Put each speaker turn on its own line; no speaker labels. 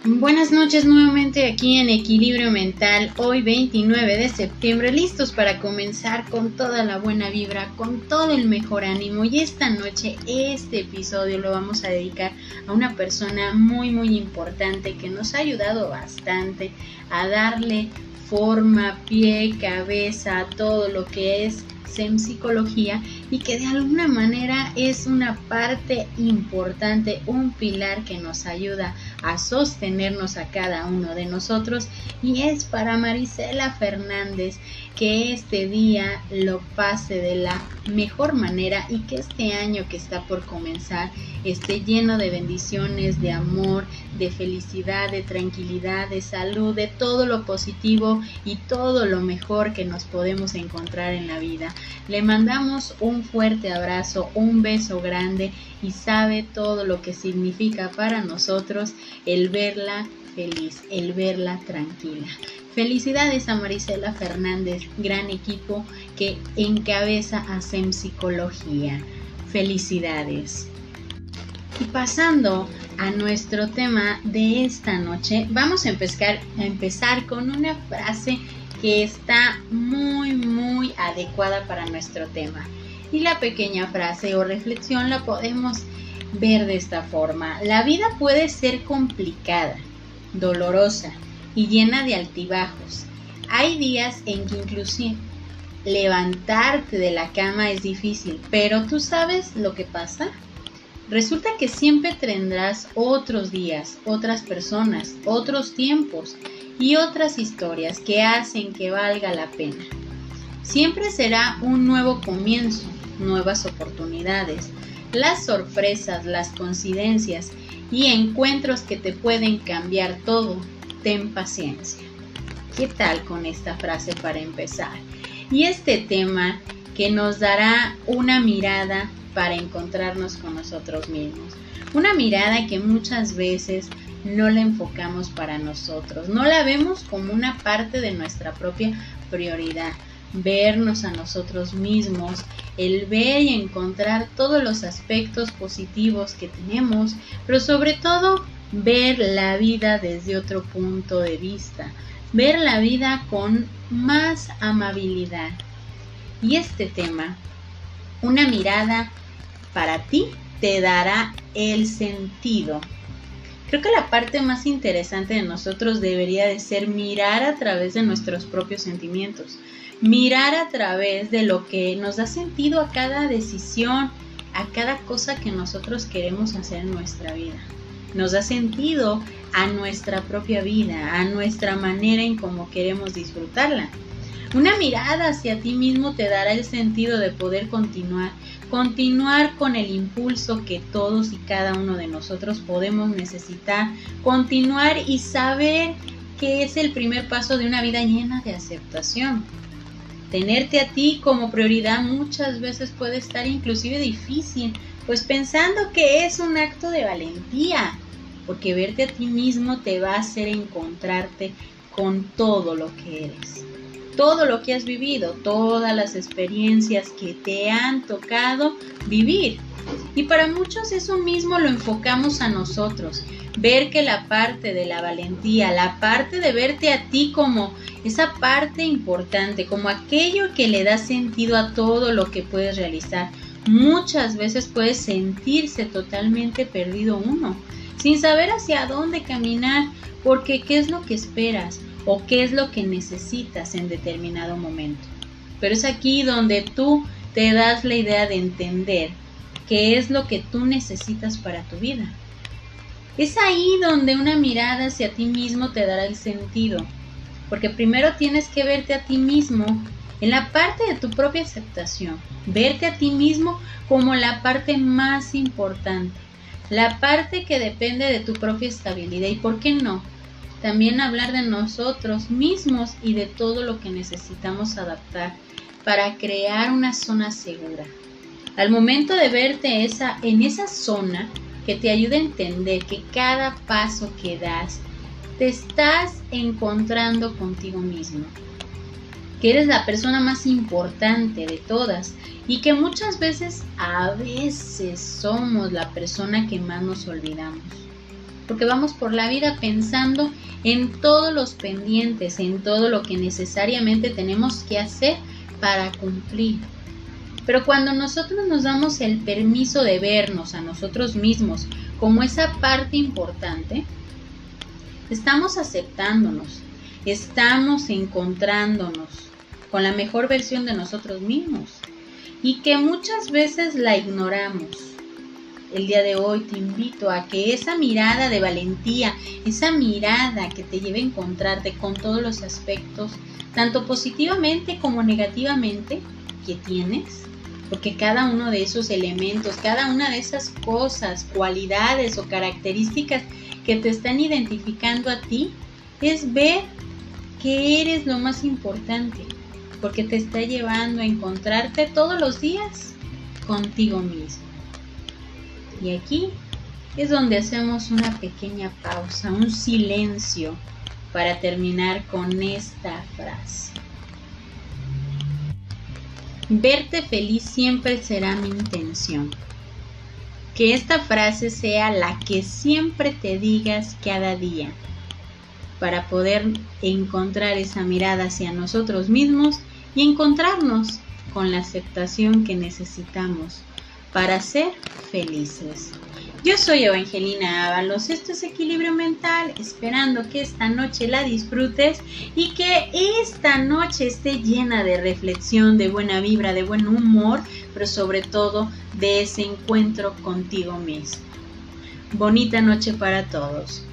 Buenas noches nuevamente aquí en Equilibrio Mental, hoy 29 de septiembre, listos para comenzar con toda la buena vibra, con todo el mejor ánimo. Y esta noche, este episodio lo vamos a dedicar a una persona muy importante que nos ha ayudado bastante a darle forma, pie, cabeza a todo lo que es SEM Psicología, y que de alguna manera es una parte importante, un pilar que nos ayuda a sostenernos a cada uno de nosotros, y es para Marisela Fernández. Que este día lo pase de la mejor manera y que este año que está por comenzar esté lleno de bendiciones, de amor, de felicidad, de tranquilidad, de salud, de todo lo positivo y todo lo mejor que nos podemos encontrar en la vida. Le mandamos un fuerte abrazo, un beso grande, y sabe todo lo que significa para nosotros el verla feliz, el verla tranquila. Felicidades a Marisela Fernández, gran equipo que encabeza a SEM Psicología. Felicidades. Y pasando a nuestro tema de esta noche, vamos a empezar con una frase que está muy adecuada para nuestro tema. Y la pequeña frase o reflexión la podemos ver de esta forma: la vida puede ser complicada, dolorosa y llena de altibajos. Hay días en que inclusive levantarte de la cama es difícil, pero ¿tú sabes lo que pasa? Resulta que siempre tendrás otros días, otras personas, otros tiempos y otras historias que hacen que valga la pena. Siempre será un nuevo comienzo, nuevas oportunidades, las sorpresas, las coincidencias y encuentros que te pueden cambiar todo. Ten paciencia. ¿Qué tal con esta frase para empezar? Y este tema que nos dará una mirada para encontrarnos con nosotros mismos. Una mirada que muchas veces no la enfocamos para nosotros, no la vemos como una parte de nuestra propia prioridad. Vernos a nosotros mismos, el ver y encontrar todos los aspectos positivos que tenemos, pero sobre todo ver la vida desde otro punto de vista, ver la vida con más amabilidad. Y este tema, una mirada para ti, te dará el sentido. Creo que la parte más interesante de nosotros debería de ser mirar a través de nuestros propios sentimientos, mirar a través de lo que nos da sentido a cada decisión, a cada cosa que nosotros queremos hacer en nuestra vida. Nos da sentido a nuestra propia vida, a nuestra manera en cómo queremos disfrutarla. Una mirada hacia ti mismo te dará el sentido de poder continuar con el impulso que todos y cada uno de nosotros podemos necesitar, continuar y saber que es el primer paso de una vida llena de aceptación. Tenerte a ti como prioridad muchas veces puede estar inclusive difícil, pues pensando que es un acto de valentía, porque verte a ti mismo te va a hacer encontrarte con todo lo que eres, todo lo que has vivido, todas las experiencias que te han tocado vivir. Y para muchos eso mismo lo enfocamos a nosotros, ver que la parte de la valentía, la parte de verte a ti como esa parte importante, como aquello que le da sentido a todo lo que puedes realizar. Muchas veces puede sentirse totalmente perdido uno, sin saber hacia dónde caminar, porque qué es lo que esperas o qué es lo que necesitas en determinado momento. Pero es aquí donde tú te das la idea de entender qué es lo que tú necesitas para tu vida. Es ahí donde una mirada hacia ti mismo te dará el sentido, porque primero tienes que verte a ti mismo en la parte de tu propia aceptación, verte a ti mismo como la parte más importante, la parte que depende de tu propia estabilidad. Y ¿por qué no? También hablar de nosotros mismos y de todo lo que necesitamos adaptar para crear una zona segura. Al momento de verte en esa zona que te ayuda a entender que cada paso que das te estás encontrando contigo mismo, que eres la persona más importante de todas y que muchas veces, a veces somos la persona que más nos olvidamos. porque vamos por la vida pensando en todos los pendientes, en todo lo que necesariamente tenemos que hacer para cumplir. Pero cuando nosotros nos damos el permiso de vernos a nosotros mismos como esa parte importante, estamos aceptándonos, estamos encontrándonos con la mejor versión de nosotros mismos y que muchas veces la ignoramos. El día de hoy te invito a que esa mirada de valentía, esa mirada que te lleve a encontrarte con todos los aspectos, tanto positivamente como negativamente, que tienes, porque cada uno de esos elementos, cada una de esas cosas, cualidades o características que te están identificando a ti, es ver que eres lo más importante, porque te está llevando a encontrarte todos los días contigo mismo. Y aquí es donde hacemos una pequeña pausa, un silencio, para terminar con esta frase. Verte feliz siempre será mi intención. Que esta frase sea la que siempre te digas cada día, para poder encontrar esa mirada hacia nosotros mismos y encontrarnos con la aceptación que necesitamos para ser felices. Yo soy Evangelina Ábalos, esto es Equilibrio Mental, esperando que esta noche la disfrutes y que esta noche esté llena de reflexión, de buena vibra, de buen humor, pero sobre todo de ese encuentro contigo mismo. Bonita noche para todos.